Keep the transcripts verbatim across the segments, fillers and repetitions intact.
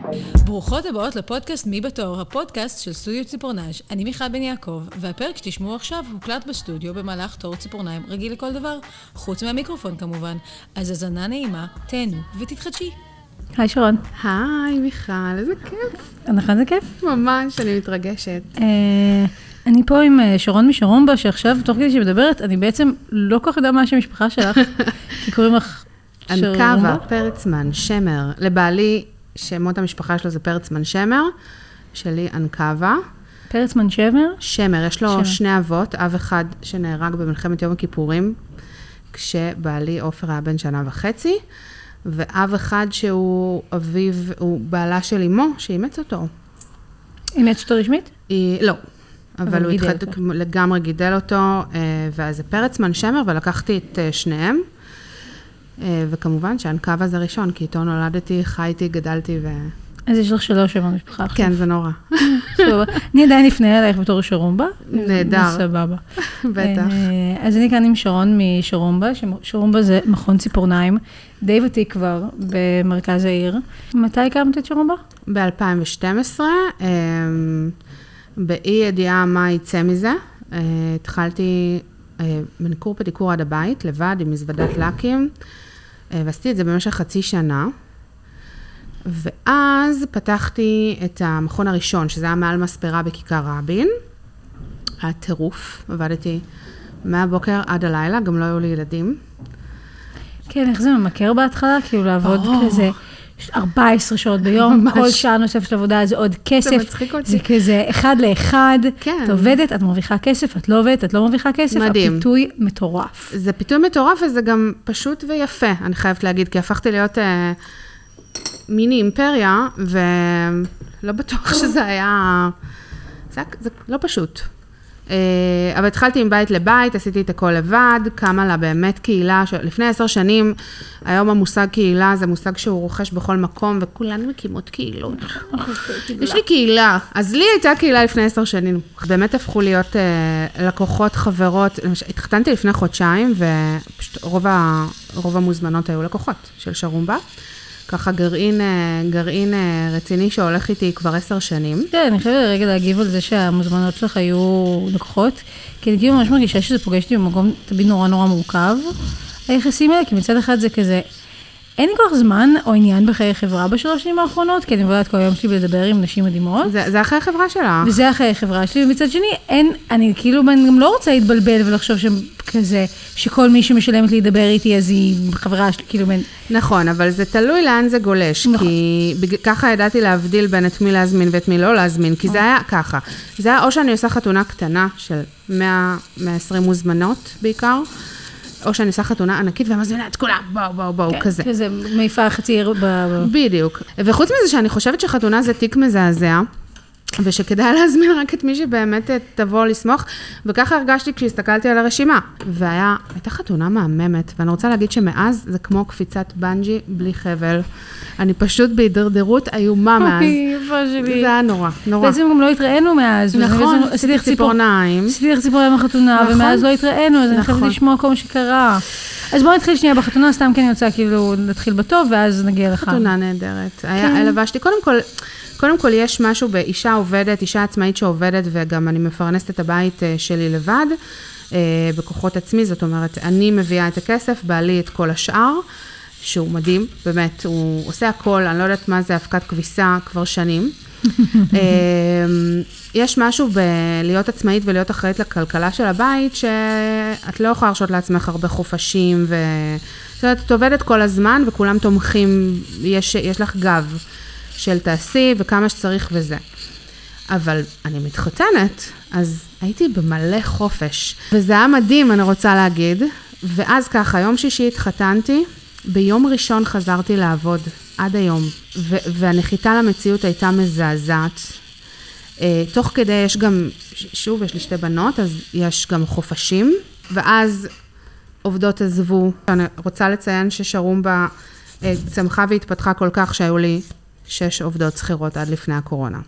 ברוכות הבאות לפודקאסט מי בתור, הפודקאסט של סטודיו ציפורנז'. אני מיכל בן יעקב, והפרק שתשמעו עכשיו הוקלט בסטודיו במהלך תור ציפורניים רגיל לכל דבר, חוץ מהמיקרופון כמובן. אז הזנה נעימה, תהנו ותתחדשי. היי שרון. היי מיכל, איזה כיף. נכון זה כיף? ממש, אני מתרגשת. אני פה עם שרון משרומבה, שעכשיו תוך כדי שמדברת, אני בעצם לא כל כך יודע מה השם המשפחה שלך, כי קוראים לך שרומבה. אנקווה, פרצמן, שמר. לבעלי, שמות המשפחה שלו זה פרצמן שמר, שלי אנקווה. פרצמן שמר? שמר, יש לו שני אבות, אב אחד שנהרג במלחמת יום הכיפורים, כשבעלי עופר היה בן שנה וחצי, ואב אחד שהוא אביו, הוא בעלה של אמו, שאימץ אותו. אימץ אותו רשמית? היא, לא, אבל הוא התחד, לגמרי גידל אותו, ואז זה פרצמן שמר, ולקחתי את שניהם, וכמובן שאנקווה זה ראשון, כי איתו נולדתי, חייתי, גדלתי ו... אז יש לך שלוש שם במשפחה עכשיו. כן, זה נורא. אני עדיין אפנה אלייך בתור שרומבה. נהדר. סבבה. בטח. אז אני כאן עם שרון משרומבה, שרומבה זה מכון ציפורניים, די ותיק כבר במרכז העיר. מתי הקמת את שרומבה? ב-אלפיים ושתים עשרה, באי ידיעה מה יצא מזה. התחלתי מניקור פדיקור עד הבית, לבד, עם מזוודת לקים, ועשיתי את זה במשך חצי שנה. ואז פתחתי את המכון הראשון, שזה היה מעל מספרה בכיכר רבין. היה טירוף, עבדתי מהבוקר עד הלילה, גם לא היו לי ילדים. כן, איך זה ממכר בהתחלה? כאילו לעבוד כזה ארבע עשרה שעות ביום, כל שעה נוסף של עבודה זה עוד כסף. זה מצחיק אותי. זה כזה אחד לאחד. כן. את עובדת, את מרוויחה כסף, את לא עובדת, את לא מרוויחה כסף. מדהים. הפיתוי מטורף. זה פיתוי מטורף, וזה גם פשוט ויפה, אני חייבת להגיד, כי הפכתי להיות... מיני אימפריה, ולא בטוח שזה היה, זה, זה לא פשוט. אבל התחלתי עם בית לבית, עשיתי את הכל לבד, קמה לה באמת קהילה, לפני עשר שנים, היום המושג קהילה זה מושג שהוא רוכש בכל מקום, וכולנו מקימות קהילות. יש לי קהילה, אז לי הייתה קהילה לפני עשר שנים, באמת הפכו להיות לקוחות, חברות, התחתנתי לפני חודשיים, ופשוט רוב, רוב המוזמנות היו לקוחות של שרומבה. ככה גרעין, גרעין רציני שהולך איתי כבר עשר שנים. כן, אני חייבת רגע להגיב על זה שהמוזמנות שלך היו לקוחות, כי אני כאילו ממש מרגישה שזה פוגש אותי במקום תמיד נורא נורא מורכב. היחסים האלה, כי מצד אחד זה כזה, אין לי כל כך זמן או עניין בחיי חברה בשלוש שנים האחרונות, כי אני מבולעת כל היום שלי לדבר עם נשים מדהימות. זה, זה אחרי חברה שלה. וזה אחרי חברה שלי, ומצד שני, אין, אני כאילו גם לא רוצה להתבלבל ולחשוב שכזה, שכל מי שמשלמת לי לדבר איתי, אז היא חברה שלי, כאילו בין... נכון, אבל זה תלוי לאן זה גולש, נכון. כי ככה ידעתי להבדיל בין את מי להזמין ואת מי לא להזמין, כי זה היה ככה. זה היה או שאני עושה חתונה קטנה של מאה עשרים מוזמנות בעיקר, או שאני עושה חתונה ענקית ומזמינה את כולם, בואו, בואו, בואו, כן, כזה. כזה מעיפה חצי עיר ב... בדיוק. וחוץ מזה שאני חושבת שחתונה זה תיק מזעזע, ושכדאי להזמין רק את מי שבאמת תבוא לסמוך, וככה הרגשתי כשהסתכלתי על הרשימה. והייתה חתונה מהממת, ואני רוצה להגיד שמאז זה כמו קפיצת בנג'י בלי חבל. אני פשוט בהידרדרות איומה מאז. יפה שלי. זה היה נורא, נורא. בעצם גם לא התראינו מאז. נכון, עשיתי ציפורניים. עשיתי לך ציפורניים בחתונה, ומאז לא התראינו, אז אני חייבת לשמוע כל מה שקרה. אז בואו נתחיל שנייה בחתונה, סתם כן אני רוצה כאילו להתחיל בטוב, ואז נגיע לך. חתונה נהדרת. היה, לבשתי, קודם כל, קודם כל יש משהו באישה עובדת, אישה עצמאית שעובדת, וגם אני מפרנסת את הבית שלי לבד, בכוחות עצמי, זאת אומרת, אני מביאה את הכסף, בעלי את כל השאר, שהוא מדהים, באמת, הוא עושה הכל, אני לא יודעת מה זה הפקת כביסה כבר שנים. יש משהו בלהיות עצמאית ולהיות אחראית לכלכלה של הבית, שאת לא יכולה להרשות לעצמך הרבה חופשים, ו... זאת אומרת, את עובדת כל הזמן, וכולם תומכים, יש, יש לך גב של תעשי, וכמה שצריך וזה. אבל אני מתחתנת, אז הייתי במלא חופש, וזה היה מדהים, אני רוצה להגיד, ואז ככה, יום שישי התחתנתי, ביום ראשון חזרתי לעבוד, עד היום, ו- והנחיתה למציאות הייתה מזעזעת. Uh, תוך כדי יש גם, שוב, יש לי שתי בנות, אז יש גם חופשים, ואז עובדות עזבו. אני רוצה לציין ששרומבה uh, צמחה והתפתחה כל כך, שהיו לי שש עובדות שכירות עד לפני הקורונה.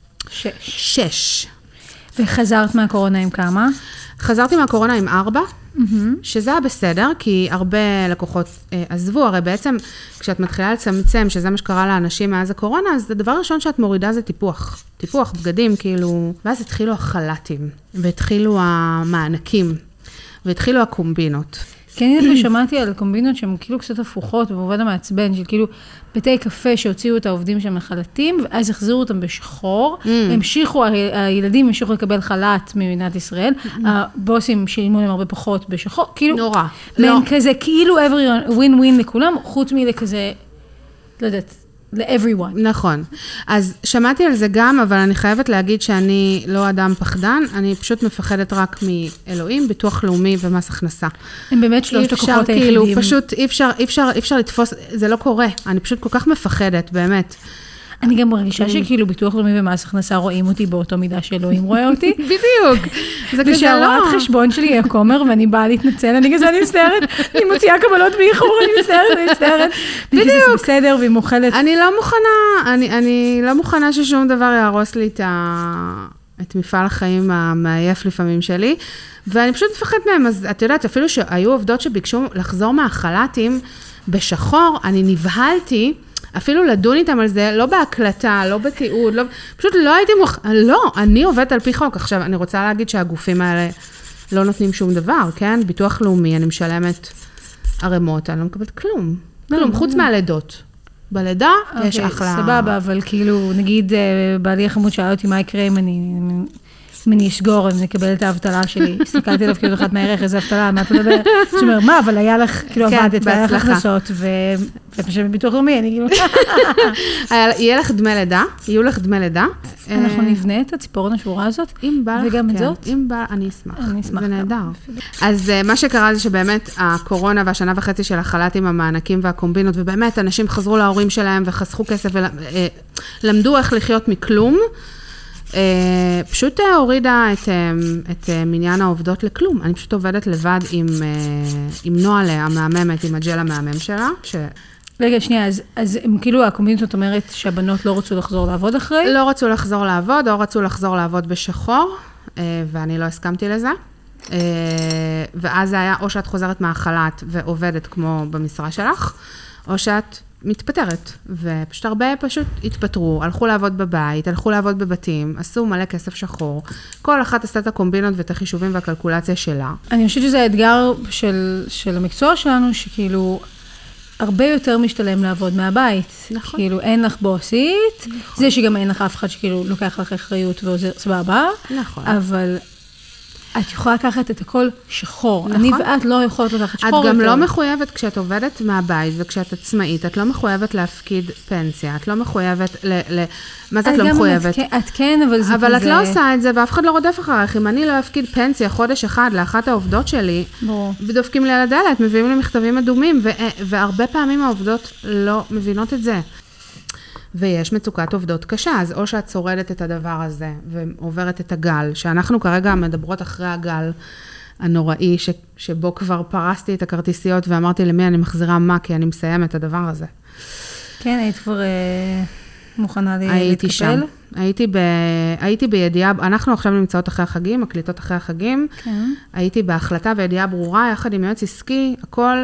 שש. שש. וחזרת מהקורונה עם כמה? חזרתי מהקורונה עם ארבע, שזה היה בסדר, כי הרבה לקוחות אה, עזבו, הרי בעצם כשאת מתחילה לצמצם, שזה מה שקרה לאנשים מאז הקורונה, אז הדבר הראשון שאת מורידה זה טיפוח. טיפוח, בגדים, כאילו, ואז התחילו החלטים, והתחילו המענקים, והתחילו הקומבינות. כן, אני שמעתי על קומבינות שהן כאילו קצת הפוכות, במובן המעצבן, של כאילו בתי קפה שהוציאו את העובדים שהם לחלטים, ואז החזירו אותם בשחור, המשיכו, הילדים המשיכו לקבל חלט ממדינת ישראל, הבוסים שילמו להם הרבה פחות בשחור, כאילו, נורא. מעין כזה, כאילו ווין ווין לכולם, חוץ מלכזה, לא יודעת, ל-everyone. נכון. אז שמעתי על זה גם, אבל אני חייבת להגיד שאני לא אדם פחדן, אני פשוט מפחדת רק מאלוהים, ביטוח לאומי ומס הכנסה. הם באמת שלושת הכוחות היחידים. כאילו, פשוט אי אפשר, אי אפשר, אי אפשר לתפוס, זה לא קורה. אני פשוט כל כך מפחדת, באמת. אני גם מרגישה שכאילו ביטוח לאומי ומס הכנסה רואים אותי באותו מידה שאלוהים רואה אותי. בדיוק. זה כזה לא. ושהרואת חשבון שלי היא הכומר, ואני באה להתנצל, אני כזה, אני מצטערת, אני מוציאה קבלות באיחור, אני מצטערת, אני מצטערת. בדיוק. זה בסדר, והיא מוכלת. אני לא מוכנה, אני, אני לא מוכנה ששום דבר יהרוס לי את ה... את מפעל החיים המעייף לפעמים שלי, ואני פשוט מפחד מהם, אז את יודעת, אפילו שהיו עובדות שביקשו לחזור מהחלטים בשחור, אני נבהלתי, אפילו לדון איתם על זה, לא בהקלטה, לא בתיעוד, לא, פשוט לא הייתי מוכ... לא, אני עובדת על פי חוק. עכשיו, אני רוצה להגיד שהגופים האלה לא נותנים שום דבר, כן? ביטוח לאומי, אני משלמת ערמות, אני לא מקבלת כלום. כלום, חוץ מהלידות. בלידה יש אחלה... סבבה, אבל כאילו, נגיד, בעלי החמוד שאלה אותי מה יקרה אם אני... אם אני אשגור, אני אקבל את האבטלה שלי. הסתכלתי עליו כאילו אחת מהערך, איזה אבטלה, מה אתה מדבר? שאומר, מה, אבל היה לך, כאילו עבדת, והיה לך הכנסות, ואת משלמת ביטוח לאומי, אני כאילו... יהיה לך דמי לידה, יהיו לך דמי לידה. אנחנו נבנה את הציפורן השורה הזאת, וגם את זאת. אם בא, אני אשמח. אני אשמח. זה נהדר. אז מה שקרה זה שבאמת הקורונה והשנה וחצי של החל"ת עם המענקים והקומבינות, ובאמת אנשים חזרו להורים שלהם וחסכו כסף ולמדו איך לחיות מכלום. פשוט הורידה את, את מניין העובדות לכלום. אני פשוט עובדת לבד עם, עם נועה המהממת, עם הג'ל המהמם שלה. ש... רגע, שנייה, אז, אז כאילו הקומבינות אומרת שהבנות לא רצו לחזור לעבוד אחרי? לא רצו לחזור לעבוד, או רצו לחזור לעבוד בשחור, ואני לא הסכמתי לזה. ואז זה היה או שאת חוזרת מהחל"ת ועובדת כמו במשרה שלך, או שאת מתפטרת, ופשוט הרבה פשוט התפטרו, הלכו לעבוד בבית, הלכו לעבוד בבתים, עשו מלא כסף שחור, כל אחת עשתה את הקומבינות ואת החישובים והקלקולציה שלה. אני חושבת שזה האתגר של, של המקצוע שלנו, שכאילו הרבה יותר משתלם לעבוד מהבית. נכון. כאילו אין לך בוסית, נכון. זה שגם אין לך אף אחד שכאילו לוקח לך אחריות ועוזר, סבבה. נכון. אבל... את יכולה לקחת את הכל שחור. נכון. אני ואת לא יכולות לקחת שחור. את גם יותר. לא מחויבת, כשאת עובדת מהבית וכשאת עצמאית, את לא מחויבת להפקיד פנסיה, את לא מחויבת ל... ל מה זה את לא מחויבת? את, את כן, אבל זה אבל כזה... את לא עושה את זה, ואף אחד לא רודף אחריך. אם אני לא אפקיד פנסיה חודש אחד לאחת העובדות שלי, ברור. ודופקים לי על הדלת, מביאים לי מכתבים אדומים, ו... והרבה פעמים העובדות לא מבינות את זה. ויש מצוקת עובדות קשה, אז או שאת שורדת את הדבר הזה, ועוברת את הגל, שאנחנו כרגע מדברות אחרי הגל הנוראי, ש, שבו כבר פרסתי את הכרטיסיות, ואמרתי למי אני מחזירה מה, כי אני מסיימת את הדבר הזה. כן, היית כבר אה, מוכנה להתקפל? הייתי שם. הייתי, ב, הייתי בידיעה, אנחנו עכשיו נמצאות אחרי החגים, מקליטות אחרי החגים, כן. הייתי בהחלטה וידיעה ברורה, יחד עם יועץ עסקי, הכל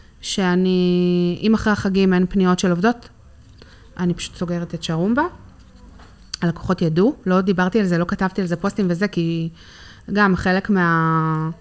שאני, אם אחרי החגים אין פניות של עובדות, אני פשוט סוגרת את שרומבה. הלקוחות ידעו, לא דיברתי על זה, לא כתבתי על זה פוסטים וזה, כי גם חלק מה,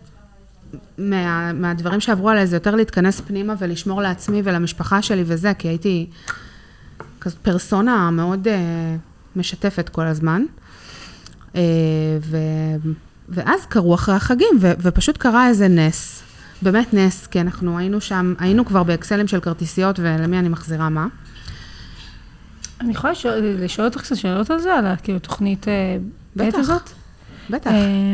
מה, מהדברים שעברו עליי זה יותר להתכנס פנימה ולשמור לעצמי ולמשפחה שלי וזה, כי הייתי כזאת פרסונה מאוד uh, משתפת כל הזמן. Uh, ו, ואז קרו אחרי החגים, ו, ופשוט קרה איזה נס. באמת נס, כי אנחנו היינו שם, היינו כבר באקסלים של כרטיסיות, ולמי אני מחזירה מה. אני יכולה לשאול אותך קצת שאלות על זה, על כאילו תוכנית בית הזאת? בטח.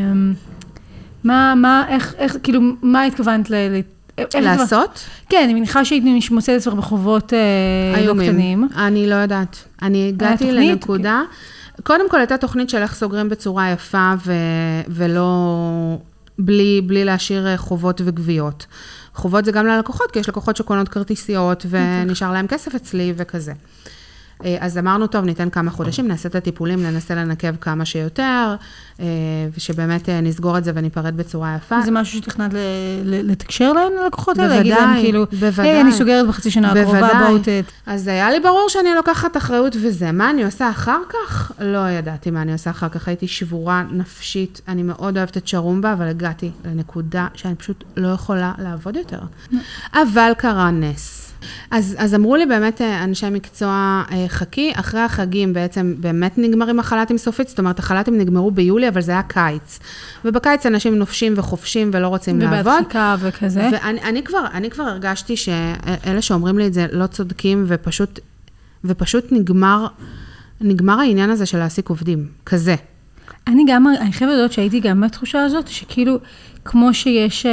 מה, מה, איך, איך, כאילו, מה התכוונת ל... לעשות? כן, אני מניחה שהיית מוצאת עצמך בחובות לא קטנים. אני לא יודעת. אני הגעתי לנקודה, קודם כל הייתה תוכנית של איך סוגרים בצורה יפה, ולא, בלי, בלי להשאיר חובות וגביות. חובות זה גם ללקוחות, כי יש לקוחות שקונות כרטיסיות, ונשאר להם כסף אצלי וכזה. אז אמרנו, טוב, ניתן כמה חודשים, נעשה את הטיפולים, ננסה לנקב כמה שיותר, ושבאמת נסגור את זה וניפרד בצורה יפה. זה משהו שתכנת לתקשר להם ללקוחות האלה? בוודאי, בוודאי. היי, אני סוגרת בחצי שנה הקרובה, בואו ת... אז היה לי ברור שאני לוקחת אחריות וזה. מה אני עושה אחר כך? לא ידעתי מה אני עושה אחר כך. הייתי שבורה נפשית, אני מאוד אוהבת את שרומבה, אבל הגעתי לנקודה שאני פשוט לא יכולה לעבוד יותר. אבל קרה נס. אז, אז אמרו לי באמת אנשי מקצוע חכי, אחרי החגים בעצם באמת נגמרים החל"תים סופית, זאת אומרת החל"תים נגמרו ביולי, אבל זה היה קיץ. ובקיץ אנשים נופשים וחופשים ולא רוצים לעבוד. ובהדחיקה וכזה. ואני אני כבר, אני כבר הרגשתי שאלה שאומרים לי את זה לא צודקים, ופשוט, ופשוט נגמר, נגמר העניין הזה של להעסיק עובדים, כזה. אני גם, אני חייבת לדעת שהייתי גם בתחושה הזאת, שכאילו, כמו שיש...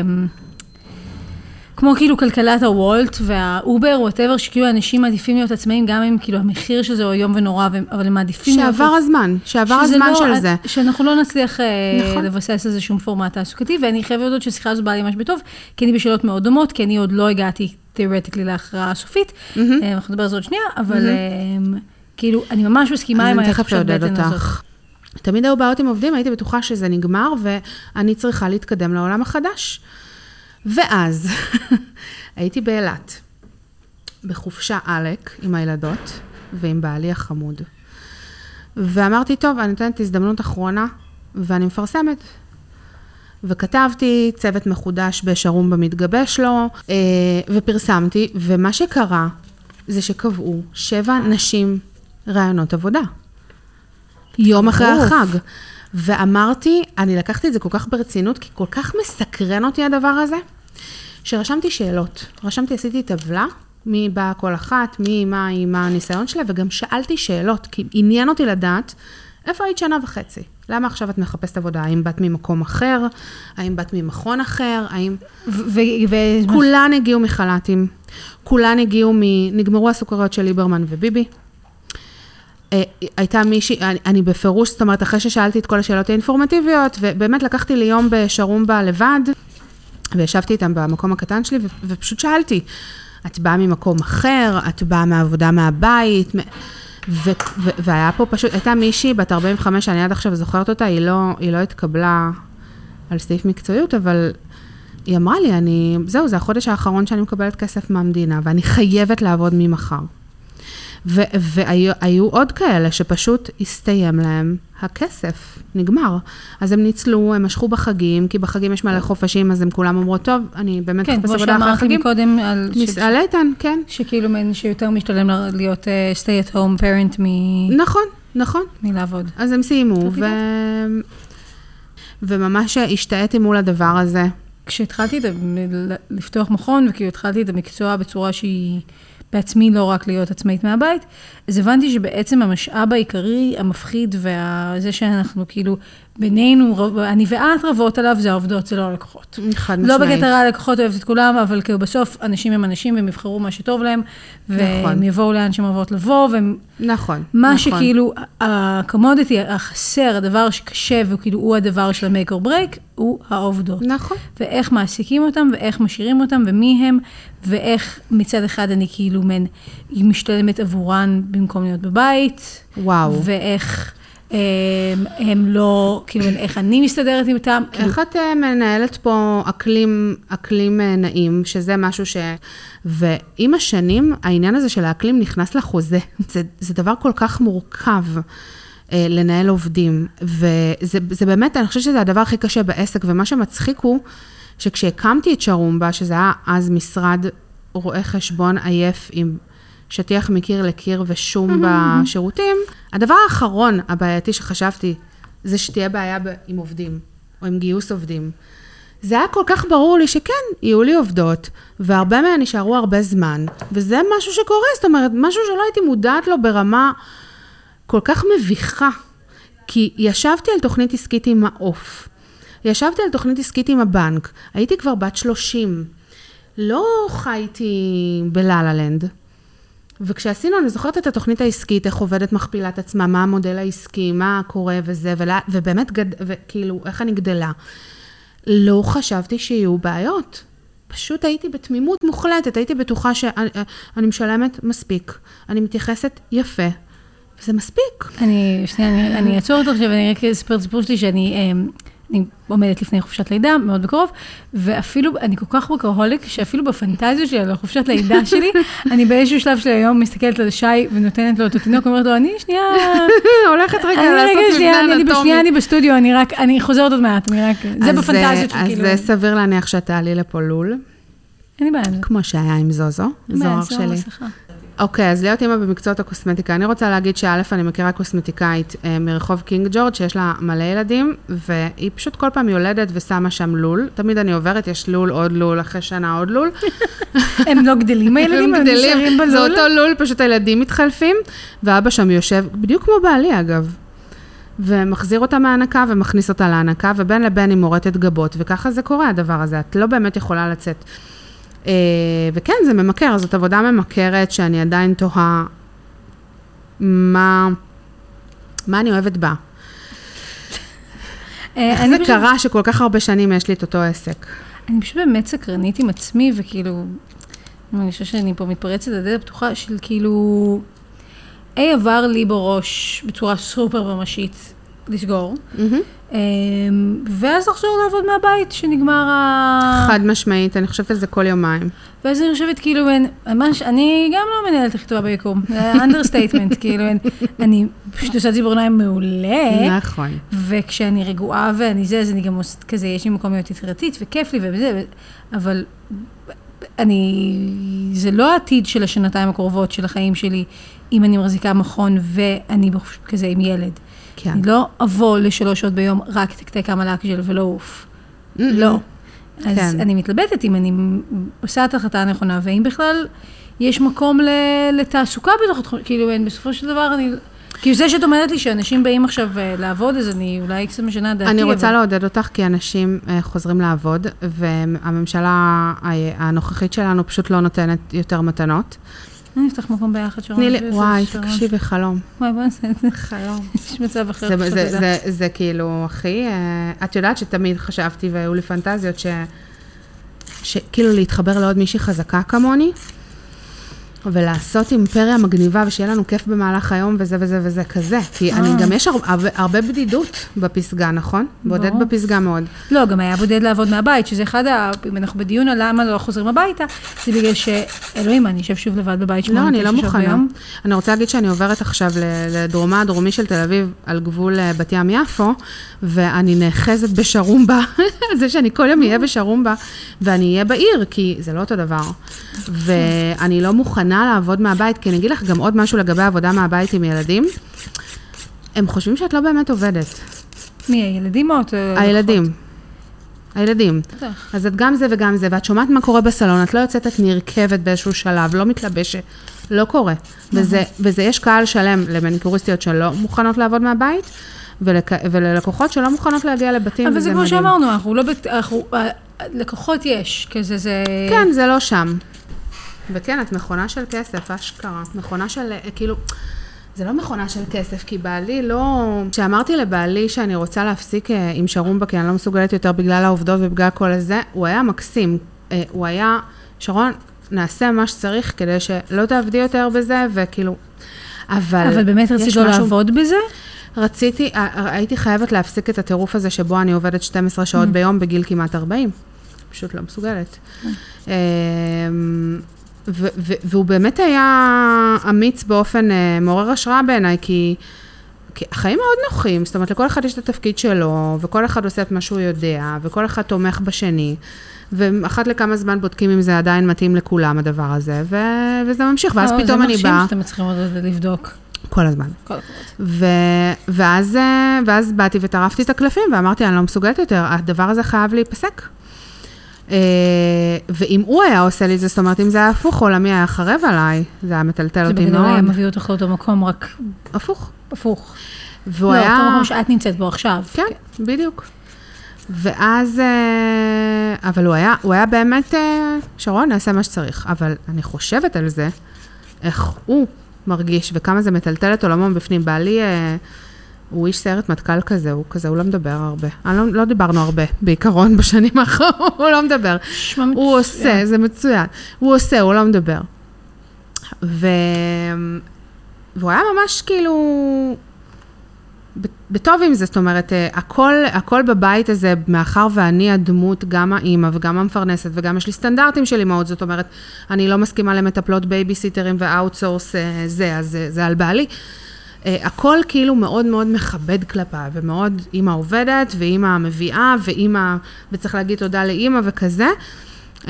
כמו כאילו כלכלת הוולט והאובר, whatever, שכאילו אנשים מעדיפים להיות עצמאים, גם אם כאילו המחיר של זה הוא יום ונורא, אבל הם מעדיפים... שעבר הזמן, שעבר הזמן לא, של זה. שאנחנו לא נצליח נכון. לבסס איזה שום פורמט תעסוקתי, ואני חייבת לדעת שהשיחה הזו באה לי ממש בטוב, כי אני בשאלות מאוד דומות, כי אני עוד לא הגעתי תיאורטיקלי להכרעה הסופית, mm-hmm. אנחנו נדבר על זה עוד שנייה, אבל mm-hmm. כאילו, אני ממש מסכימה עם התחושת בטן הזאת. תמיד היו בעיות עם עובדים, הייתי בטוחה שזה נגמר, ואני צריכה להתקדם לעולם החדש. ואז הייתי באילת, בחופשה עלק עם הילדות ועם בעלי החמוד. ואמרתי, טוב, אני נותנת הזדמנות אחרונה, ואני מפרסמת. וכתבתי צוות מחודש בשרום במתגבש לו, ופרסמתי, ומה שקרה זה שקבעו שבע נשים רעיונות עבודה. יום אחרי החג. ואמרתי, אני לקחתי את זה כל כך ברצינות, כי כל כך מסקרן אותי הדבר הזה, שרשמתי שאלות. רשמתי, עשיתי טבלה, מי באה כל אחת, מי, מה, מה הניסיון שלה, וגם שאלתי שאלות, כי עניין אותי לדעת, איפה היית שנה וחצי? למה עכשיו את מחפשת עבודה? האם באת ממקום אחר? האם באת ממכון אחר? האם... כולן הגיעו מחל"תים. כולן הגיעו מ... נגמרו הסוכריות של ליברמן וביבי. הייתה מישהי, אני, אני בפירוש, זאת אומרת, אחרי ששאלתי את כל השאלות האינפורמטיביות, ובאמת לקחתי לי יום בשרומבה לבד, וישבתי איתם במקום הקטן שלי, ו, ופשוט שאלתי, את באה ממקום אחר, את באה מעבודה מהבית, ו, ו, והיה פה פשוט, הייתה מישהי בת ארבעים וחמש, אני עד עכשיו זוכרת אותה, היא לא, היא לא התקבלה על סעיף מקצועיות, אבל היא אמרה לי, אני, זהו, זה החודש האחרון שאני מקבלת כסף מהמדינה, ואני חייבת לעבוד ממחר. והיו עוד כאלה שפשוט הסתיים להם הכסף, נגמר. אז הם ניצלו, הם משכו בחגים, כי בחגים יש מלא חופשים, אז הם כולם אמרו, טוב, אני באמת חפש עבודה אחרי החגים. כן, כמו שאמרתי מקודם, על איתן, כן. שכאילו שיותר משתלם להיות stay at home parent מ... נכון, נכון. מלעבוד. אז הם סיימו, וממש השתעתי מול הדבר הזה. כשהתחלתי לפתוח מכון, וכאילו התחלתי את המקצוע בצורה שהיא... בעצמי לא רק להיות עצמאית מהבית, אז הבנתי שבעצם המשאב העיקרי, המפחיד, וזה שאנחנו כאילו בינינו, אני ואת רבות עליו, זה העובדות, זה לא הלקוחות. חד לא משמעית. בקטע רע, הלקוחות אוהבת את כולם, אבל כאילו בסוף אנשים הם אנשים, והם יבחרו מה שטוב להם, והם יבואו לאן שהם אוהבות לבוא, והם... נכון, מה נכון. שכאילו, הקומודיטי, החסר, הדבר שקשה, וכאילו הוא הדבר של ה-make or break, הוא העובדות. נכון. ואיך מעסיקים אותם, ואיך משאירים אותם, ומי הם, ואיך מצד אחד אני כאילו מן, היא משתלמת עבורן במקום להיות בבית. וואו. ואיך הם, הם לא, כאילו, איך אני מסתדרת איתם. איך את מנהלת פה אקלים, אקלים נעים, שזה משהו ש... ועם השנים, העניין הזה של האקלים נכנס לחוזה. זה, זה דבר כל כך מורכב. לנהל עובדים, וזה זה באמת, אני חושבת שזה הדבר הכי קשה בעסק, ומה שמצחיק הוא, שכשהקמתי את שרומבה, שזה היה אז משרד רואה חשבון עייף עם שטיח מקיר לקיר ושום בשירותים, הדבר האחרון הבעייתי שחשבתי, זה שתהיה בעיה עם עובדים, או עם גיוס עובדים. זה היה כל כך ברור לי שכן, יהיו לי עובדות, והרבה מהן נשארו הרבה זמן, וזה משהו שקורה, זאת אומרת, משהו שלא הייתי מודעת לו ברמה כל כך מביכה, כי ישבתי על תוכנית עסקית עם העוף, ישבתי על תוכנית עסקית עם הבנק, הייתי כבר בת שלושים, לא חייתי בללה-לנד, וכשעשינו, אני זוכרת את התוכנית העסקית, איך עובדת מכפילת עצמה, מה המודל העסקי, מה קורה וזה, ובאמת, גד... וכאילו, איך אני גדלה. לא חשבתי שיהיו בעיות. פשוט הייתי בתמימות מוחלטת, הייתי בטוחה שאני משלמת מספיק, אני מתייחסת יפה, וזה מספיק. אני, שנייה, אני, אני אעצור אותך עכשיו, ואני רק אספר את הסיפור שלי, שאני אני עומדת לפני חופשת לידה, מאוד בקרוב, ואפילו, אני כל כך בקרהוליק, שאפילו בפנטזיות שלי, על חופשת לידה שלי, אני באיזשהו שלב של היום מסתכלת על שי, ונותנת לו את התינוק, ואומרת לו, אני שנייה... הולכת רגע לעשות מבנה אנטומי. שנייה, אני בסטודיו, אני רק, אני חוזרת עוד מעט, אני רק... זה בפנטזיות שלי, כאילו... אז סביר להניח שתעלי לפה לול. אין לי בעיה. כמו שהיה עם זוזו, זוהר שלי. אוקיי, אז להיות אימא במקצועות הקוסמטיקה. אני רוצה להגיד שא', אני מכירה קוסמטיקאית מרחוב קינג ג'ורג' שיש לה מלא ילדים, והיא פשוט כל פעם יולדת ושמה שם לול. תמיד אני עוברת, יש לול, עוד לול, אחרי שנה עוד לול. הם לא גדלים הילדים, הם נשארים בלול. זה אותו לול, פשוט הילדים מתחלפים, ואבא שם יושב, בדיוק כמו בעלי אגב, ומחזיר אותה מהענקה ומכניס אותה להענקה, ובין לבין היא מורטת גבות, וככה זה קורה הדבר הזה. את לא באמת יכולה לצאת. וכן, זה ממכר, זאת עבודה ממכרת שאני עדיין תוהה מה, מה אני אוהבת בה. איך זה קרה שכל כך הרבה שנים יש לי את אותו עסק? אני פשוט באמת סקרנית עם עצמי, וכאילו, אני חושבת שאני פה מתפרצת לדלת הפתוחה של כאילו, אי עבר לי בראש בצורה סופר ממשית לסגור. ואז לחזור לעבוד מהבית, שנגמר ה... חד משמעית, אני חושבת על זה כל יומיים. ואז אני חושבת, כאילו, ממש, אני גם לא מנהלת הכי טובה ביקום. זה understatement, כאילו, אני פשוט עושה ציפורניים מעולה. נכון. וכשאני רגועה ואני זה, אז אני גם עושה כזה, יש לי מקום להיות יצירתית, וכיף לי וזה, אבל אני, זה לא העתיד של השנתיים הקרובות של החיים שלי, אם אני מחזיקה מכון ואני כזה עם ילד. כן. אני לא אבוא לשלוש שעות ביום, רק תקתק כמה לאקג'ל ולא אוף. Mm-hmm. לא. אז כן. אני מתלבטת אם אני עושה את ההחלטה הנכונה, ואם בכלל יש מקום לתעסוקה בתוך התחום, כאילו אין, בסופו של דבר אני... כאילו זה שאת אומרת לי שאנשים באים עכשיו לעבוד, אז אני אולי קצת משנה דעתי. אני רוצה אבל... לעודד אותך, כי אנשים חוזרים לעבוד, והממשלה הנוכחית שלנו פשוט לא נותנת יותר מתנות. אני אפתח מקום ביחד שרון. תני לי, וואי, תקשיבי, חלום. וואי, בוא נעשה את זה. חלום. יש מצב אחר. זה, זה, זה, זה כאילו, אחי, את יודעת שתמיד חשבתי, והיו לי פנטזיות, ש, שכאילו להתחבר לעוד מישהי חזקה כמוני, ולעשות אימפריה מגניבה, ושיהיה לנו כיף במהלך היום, וזה וזה וזה כזה. כי אני גם, יש הרבה, הרבה בדידות בפסגה, נכון? בודד בפסגה מאוד. לא, גם היה בודד לעבוד מהבית, שזה אחד, אם אנחנו בדיון על למה לא חוזרים הביתה, זה בגלל שאלוהים, אני אשב שוב לבד בבית לא, אני לא מוכנה. אני רוצה להגיד שאני עוברת עכשיו לדרומה הדרומי של תל אביב, על גבול בת ים יפו, ואני נאחזת בשרומבה, זה שאני כל יום אהיה בשרומבה, ואני אהיה בעיר, כי זה לא אותו דבר. ואני לא מוכנה לעבוד מהבית, כי אני אגיד לך גם עוד משהו לגבי העבודה מהבית עם ילדים, הם חושבים שאת לא באמת עובדת. מי, הילדים או... הילדים. הילדים. אז את גם זה וגם זה, ואת שומעת מה קורה בסלון, את לא יוצאת, את נרכבת באיזשהו שלב, לא מתלבשת, לא קורה. וזה, וזה יש קהל שלם למניקוריסטיות שלא מוכנות לעבוד מהבית, וללקוחות שלא מוכנות להגיע לבתים. אבל זה כמו שאמרנו, אנחנו לא... לקוחות יש, כזה זה... כן, זה לא שם. וכן, את מכונה של כסף, אשכרה. מכונה של, כאילו, זה לא מכונה של כסף, כי בעלי לא... כשאמרתי לבעלי שאני רוצה להפסיק עם שרומבה, כי אני לא מסוגלת יותר בגלל העובדות ובגלל כל הזה, הוא היה מקסים. הוא היה, שרון, נעשה מה שצריך כדי שלא תעבדי יותר בזה, וכאילו... אבל... אבל באמת רצית לא לעבוד בזה? רציתי, הייתי חייבת להפסיק את הטירוף הזה, שבו אני עובדת שתים עשרה שעות ביום בגיל כמעט ארבעים. פשוט לא מסוגלת. והוא באמת היה אמיץ באופן מעורר השראה בעיניי, כי החיים מאוד נוחים, זאת אומרת, לכל אחד יש את התפקיד שלו, וכל אחד עושה את מה שהוא יודע, וכל אחד תומך בשני, ואחת לכמה זמן בודקים אם זה עדיין מתאים לכולם הדבר הזה, וזה ממשיך, ואז פתאום אני באה... זה מרשים שאתם צריכים עוד לבדוק. כל הזמן. כל הכבוד. ו- ואז, ואז באתי וטרפתי את הקלפים, ואמרתי, אני לא מסוגלת יותר, הדבר הזה חייב להיפסק. ואם הוא היה עושה לי זה, זאת אומרת, אם זה היה הפוך, עולמי היה חרב עליי, זה היה מטלטל אותי מאוד. זה בגלל היה מביא אותך לאותו מקום, רק... הפוך. הפוך. והוא לא, היה... אותו מקום שאת נמצאת בו עכשיו. כן, בדיוק. ואז, אבל הוא היה, הוא היה באמת, שרון, נעשה מה שצריך, אבל אני חושבת על זה, איך הוא מרגיש, וכמה זה מטלטל את עולמו בפנים. בעלי הוא איש סיירת מטכ"ל כזה, הוא כזה, הוא לא מדבר הרבה. אני לא, לא דיברנו הרבה, בעיקרון, בשנים האחרונות, הוא לא מדבר. הוא עושה, זה מצוין. הוא עושה, הוא לא מדבר. ו... והוא היה ממש כאילו... בטוב עם זה, זאת אומרת, הכל, הכל בבית הזה, מאחר ואני הדמות, גם האמא וגם המפרנסת, וגם יש לי סטנדרטים של אמאות, זאת אומרת, אני לא מסכימה למטפלות בייביסיטרים ואוטסורס זה, אז זה, זה על בעלי. הכל כאילו מאוד מאוד מכבד כלפיי, ומאוד אמא עובדת, ואמא מביאה, ואמא, וצריך להגיד תודה לאמא וכזה. אז,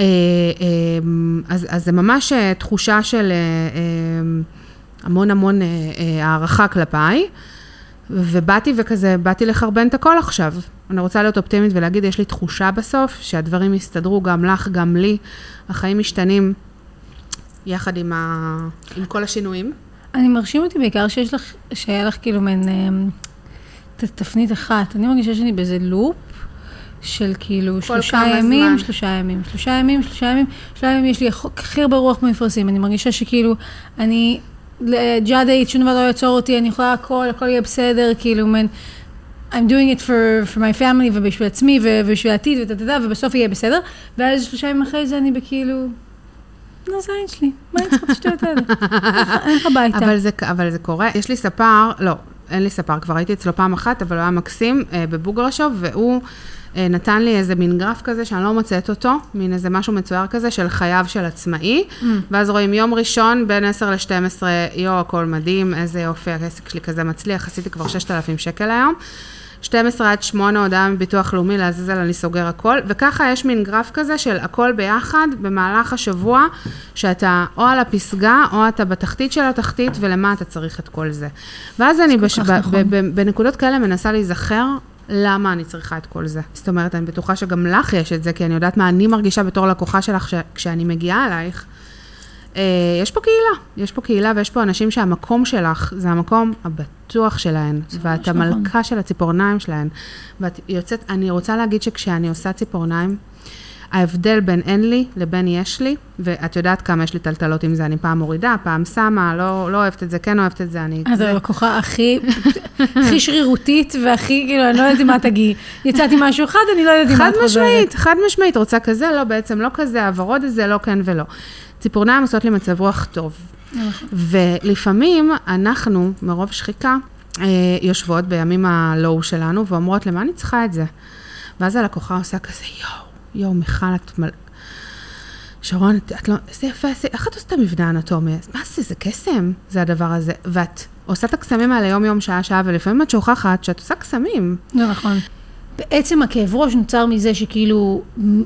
אז זה ממש תחושה של המון המון הערכה כלפיי. ובאתי וכזה, באתי לחרבן את הכל עכשיו. אני רוצה להיות אופטימית ולהגיד, יש לי תחושה בסוף, שהדברים יסתדרו גם לך, גם לי. החיים משתנים יחד עם, ה... עם כל השינויים. אני מרשים אותי בעיקר שיש לך, שהיה לך כאילו מן אה, תפנית אחת. אני מרגישה שאני באיזה לופ של כאילו שלושה ימים, זמן. שלושה ימים, שלושה ימים, שלושה ימים, שלושה ימים יש לי הכי הרבה רוח מפרסים. אני מרגישה שכאילו אני... ג'אדאית, שום דבר לא יעצור אותי, אני יכולה הכל, הכל יהיה בסדר, כאילו, man, I'm doing it for, for my family, ובשביל עצמי, ובשביל העתיד, ותתתת, ובסוף יהיה בסדר, ואז שלושה ימים אחרי זה אני בכאילו, לא זין שלי, מה אני צריכה לשתות את זה? אין לך ביתה. אבל זה, אבל זה קורה, יש לי ספר, לא, אין לי ספר, כבר הייתי אצלו פעם אחת, אבל הוא היה מקסים, בבוגרשוב, והוא נתן לי איזה מין גרף כזה, שאני לא מוצאת אותו, מין איזה משהו מצויר כזה, של חייו של עצמאי, mm. ואז רואים יום ראשון, בין עשר לשתים עשרה, יו, הכל מדהים, איזה יופי, העסק שלי כזה מצליח, עשיתי כבר ששת אלפים שקל היום, שתים עשרה עד שמונה, הודעה מביטוח לאומי, לעזאזל, אני סוגר הכל, וככה יש מין גרף כזה, של הכל ביחד, במהלך השבוע, שאתה או על הפסגה, או אתה בתחתית של התחתית, ולמה אתה צריך את כל זה. ואז אני בש... ב... ב... ב... בנקודות כאלה מנסה להיזכר, למה אני צריכה את כל זה? זאת אומרת, אני בטוחה שגם לך יש את זה, כי אני יודעת מה אני מרגישה בתור לקוחה שלך, כשאני מגיעה אלייך. יש פה קהילה, יש פה קהילה, ויש פה אנשים שהמקום שלך, זה המקום הבטוח שלהן, ואת המלכה של הציפורניים שלהן. ואת יוצאת, אני רוצה להגיד שכשאני עושה ציפורניים, ההבדל בין אין לי לבין יש לי, ואת יודעת כמה יש לי טלטלות עם זה, אני פעם מורידה, פעם שמה, לא, לא אוהבת את זה, כן אוהבת את זה, אני... אז זו לקוחה הכי, הכי שרירותית, והכי, כאילו, אני לא יודעת מה תגיעי. יצאתי משהו אחד, אני לא יודעת מה את חוזרת. חד משמעית, חד משמעית, רוצה כזה, לא, בעצם לא כזה, הוורוד הזה, לא כן ולא. ציפורניים עושות לי מצב רוח טוב. ולפעמים אנחנו, מרוב שחיקה, יושבות בימים הלואו שלנו, ואומרות, למה אני צריכה את זה? ואז הלקוחה עושה כזה, יואו. יואו, מיכל, את מל... שרון, את, את לא... זה יפה, זה... איך את עושה את המבנה האנטומי? מה זה? זה קסם, זה הדבר הזה. ואת עושה את הקסמים האלה יום-יום, שעה-שעה, ולפעמים את שוכחת שאת עושה קסמים. זה נכון. בעצם הכאב ראש נוצר מזה שכאילו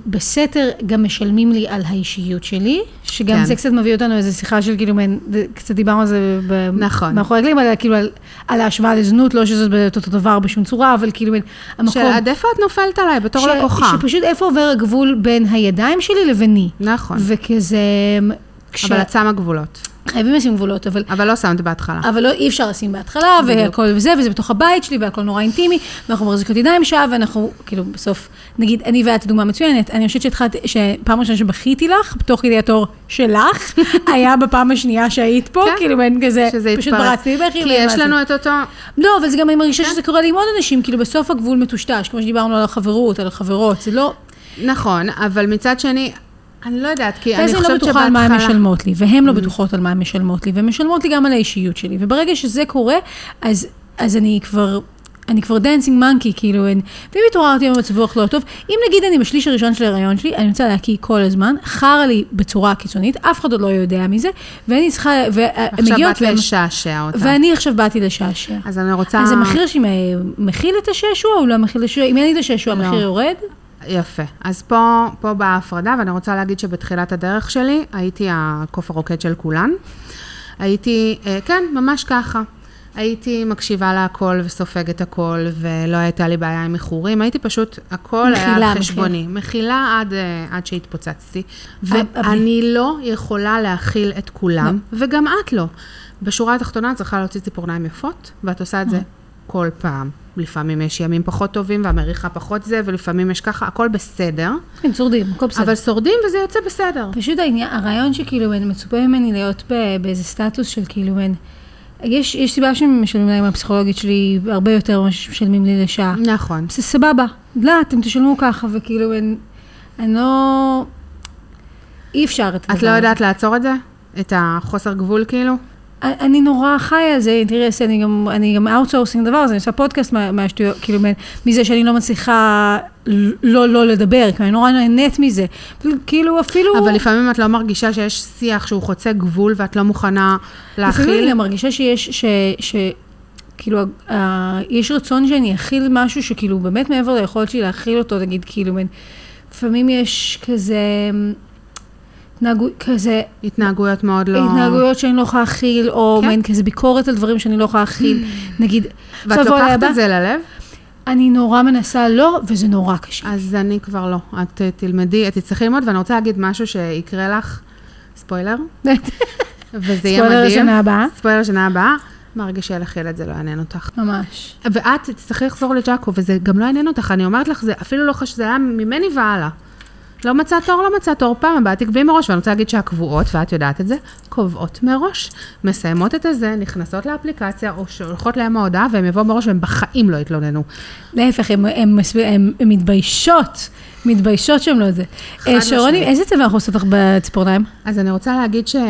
בסתר גם משלמים לי על האישיות שלי, שגם כן. זה קצת מביא אותנו איזו שיחה של כאילו, קצת דיברנו על זה נכון. מאחורי הגלים, על, כאילו על, על ההשוואה לזנות, לא שזה אותו דבר בשום צורה, אבל כאילו המקום... של עד איפה את נופלת עליי בתור ש, לקוחה. שפשוט איפה עובר הגבול בין הידיים שלי לביני. נכון. וכזה... כש... אבל את שמה גבולות. חייבים לשים גבולות, אבל... אבל לא שמת בהתחלה. אבל לא, אי אפשר לשים בהתחלה, והכל וזה, וזה בתוך הבית שלי, והכל נורא אינטימי, ואנחנו מרזיקות ידיים שעה, ואנחנו, כאילו, בסוף, נגיד, אני ואת דוגמה מצוינת, אני חושבת שהתחלת, שפעם ראשונה שבכיתי לך, בתוך כדי התור שלך, היה בפעם השנייה שהיית פה, כאילו, בין כזה, פשוט ברצתי בכי. כי יש לנו את אותו... לא, אבל זה גם, אני מרגישה שזה קורה לי עם עוד אנשים, כאילו, בסוף הגבול מטושטש, כמו שדיברנו על החברות, על החברות, זה לא... נכון, אבל מצד שני, אני לא יודעת, כי אני חושבת שבהתחלה... ואז אני לא בטוחה על מה הן משלמות לי, והן לא בטוחות על מה הן משלמות לי, והן משלמות לי גם על האישיות שלי, וברגע שזה קורה, אז, אז אני כבר, אני כבר dancing monkey, כאילו, ואם התעוררתי במצב רוח לא טוב, אם נגיד אני בשליש הראשון של ההיריון שלי, אני רוצה להקיא כל הזמן, חרה לי בצורה קיצונית, אף אחד עוד לא יודע מזה, ואני צריכה, עכשיו באת לשעשע אותה. ואני עכשיו באתי לשעשע. אז אני רוצה... אז המחיר שמכיל את השעשוע, או לא מכיל את השעשוע, אם אין לי את השעשוע, המחיר יורד? יפה. אז פה, פה באה ההפרדה, ואני רוצה להגיד שבתחילת הדרך שלי, הייתי הקוף הרוקד של כולן. הייתי, כן, ממש ככה. הייתי מקשיבה לה הכל וסופגת הכל, ולא הייתה לי בעיה עם איחורים. הייתי פשוט, הכל היה על חשבוני. מכילה עד, עד שהתפוצצתי. ואני לא יכולה להכיל את כולם, וגם את לא. בשורה התחתונה צריכה להוציא ציפורניים יפות, ואת עושה את זה כל פעם. לפעמים יש ימים פחות טובים, והמריחה פחות זה, ולפעמים יש ככה, הכל בסדר. כן, שורדים, הכל בסדר. אבל שורדים וזה יוצא בסדר. פשוט העניין, הרעיון שכאילו, מצופה ממני להיות באיזה סטטוס של כאילו, יש, יש סיבה שמשלמים להם הפסיכולוגית שלי הרבה יותר ממה שמשלמים לי לשעה. נכון. זה סבבה. לא, אתם תשלמו ככה, וכאילו, אני, אני לא... אי אפשר את זה. את לא יודעת לעצור את זה? את החוסר גבול כאילו? אני נורא חיה על זה, תראי, אני גם, אני גם אאוטסורסינג דבר הזה, אני עושה פודקאסט מה, מהשטויות, כאילו, מזה שאני לא מצליחה לא, לא לדבר, כי אני נורא נהנית מזה. כאילו, אפילו... אבל לפעמים את לא מרגישה שיש שיח שהוא חוצה גבול, ואת לא מוכנה להכיל? לפעמים אני גם מרגישה שיש, ש, ש, כאילו, יש רצון שאני אכיל משהו שכאילו, באמת מעבר ליכולת שלי להכיל אותו, תגיד, כאילו, לפעמים יש כזה... התנהגו, כזה... התנהגויות מאוד לא... התנהגויות שאני לא יכולה להכיל, או מעין כזה ביקורת על דברים שאני לא יכולה להכיל. נגיד... ואת לוקחת את זה ללב? אני נורא מנסה לא, וזה נורא קשה. אז אני כבר לא. את תלמדי, את תצטרכי ללמוד, ואני רוצה להגיד משהו שיקרה לך, ספוילר, וזה יהיה מדהים. ספוילר לשנה הבאה. ספוילר לשנה הבאה. מרגיש שלך ילד, זה לא יעניין אותך. ממש. ואת תצטרכי לחזור לג'אקו, וזה גם לא יעניין אותך. אני אומרת לך, זה אפילו לא חשוב, זה היה ממני והלאה. לא מצא תור, לא מצא תור, פעם הבאה תקביעי מראש, ואני רוצה להגיד שהקבועות, ואת יודעת את זה, קובעות מראש, מסיימות את זה, נכנסות לאפליקציה, או שולחות להם ההודעה, והם יבואו מראש, והם בחיים לא יתלוננו. להפך, הם, הם, הם, הם מתביישות, מתביישות שהם לא זה. שרוני, איזה צבע אנחנו עושות לך בציפורניים? אז אני רוצה להגיד ש...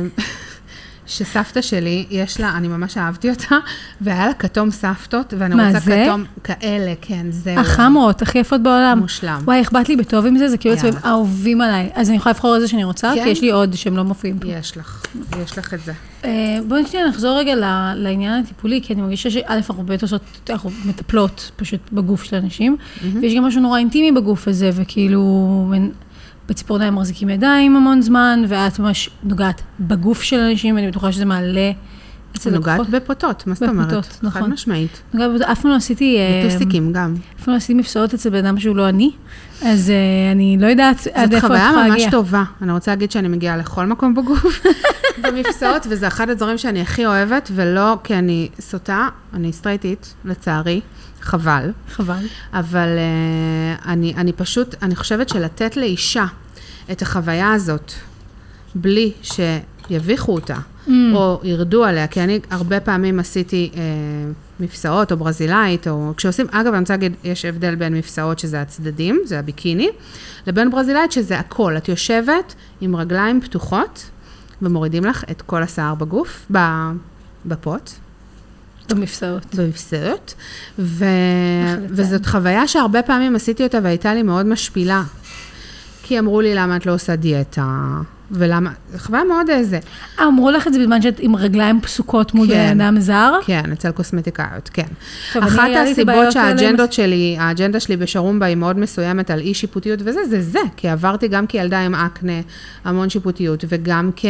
שסבתא שלי, יש לה, אני ממש אהבתי אותה, והיה לה כתום סבתות, ואני מה, רוצה זה? כתום כאלה, כן, זהו. החמרות, הכי יפות בעולם. מושלם. וואי, איך באת לי בטוב עם זה, זה כאילו צבעים אהובים עליי. אז אני יכולה לבחור איזה שאני רוצה, כן? כי יש לי עוד שהם לא מופיעים פה. יש לך, יש לך את זה. בואי נשתהיה, נחזור רגע לעניין הטיפולי, כי אני מרגישה שא' אנחנו באמת עושות, אנחנו מטפלות פשוט בגוף של אנשים, ויש גם משהו נורא אינטימי בגוף הזה, וכאילו... בציפורניים מחזיקים ידיים המון זמן, ואת ממש נוגעת בגוף של אנשים, אני בטוחה שזה מעלה אצל לקוחות. נוגעת בפוטות, מה זאת אומרת? בפוטות, נכון. חד משמעית. נוגעת בפוטות, אף פעם לא עשיתי... מטוסיקים גם. אף פעם לא עשיתי מפסעות אצל בן אדם שהוא לא אני, אז אני לא יודעת עד איפה את יכולה להגיע. זאת חוויה ממש טובה. אני רוצה להגיד שאני מגיעה לכל מקום בגוף, במפסעות, וזה אחד הדברים שאני הכי אוהבת, ולא כי אני סוטה, אני סטרייטית, לצערי. חבל. חבל. אבל uh, אני, אני פשוט, אני חושבת שלתת לאישה את החוויה הזאת, בלי שיביכו אותה, mm. או ירדו עליה, כי אני הרבה פעמים עשיתי uh, מפסעות או ברזילאית, או כשעושים, אגב, אני רוצה להגיד, יש הבדל בין מפסעות שזה הצדדים, זה הביקיני, לבין ברזילאית שזה הכל. את יושבת עם רגליים פתוחות, ומורידים לך את כל השיער בגוף, בפוט, במפסעות. במפסעות, ו... וזאת חוויה שהרבה פעמים עשיתי אותה, והייתה לי מאוד משפילה. כי אמרו לי, למה את לא עושה דיאטה? ולמה... זו חוויה מאוד איזה. אמרו לך את זה בזמן שאת עם רגליים פסוקות מול בן אדם זר? כן, אצל קוסמטיקאיות, כן. אחת הסיבות שהאג'נדות שלי, האג'נדה שלי בשרומבה היא מאוד מסוימת על אי שיפוטיות וזה, זה זה. כי עברתי גם כילדה עם אקנה, המון שיפוטיות, וגם כ...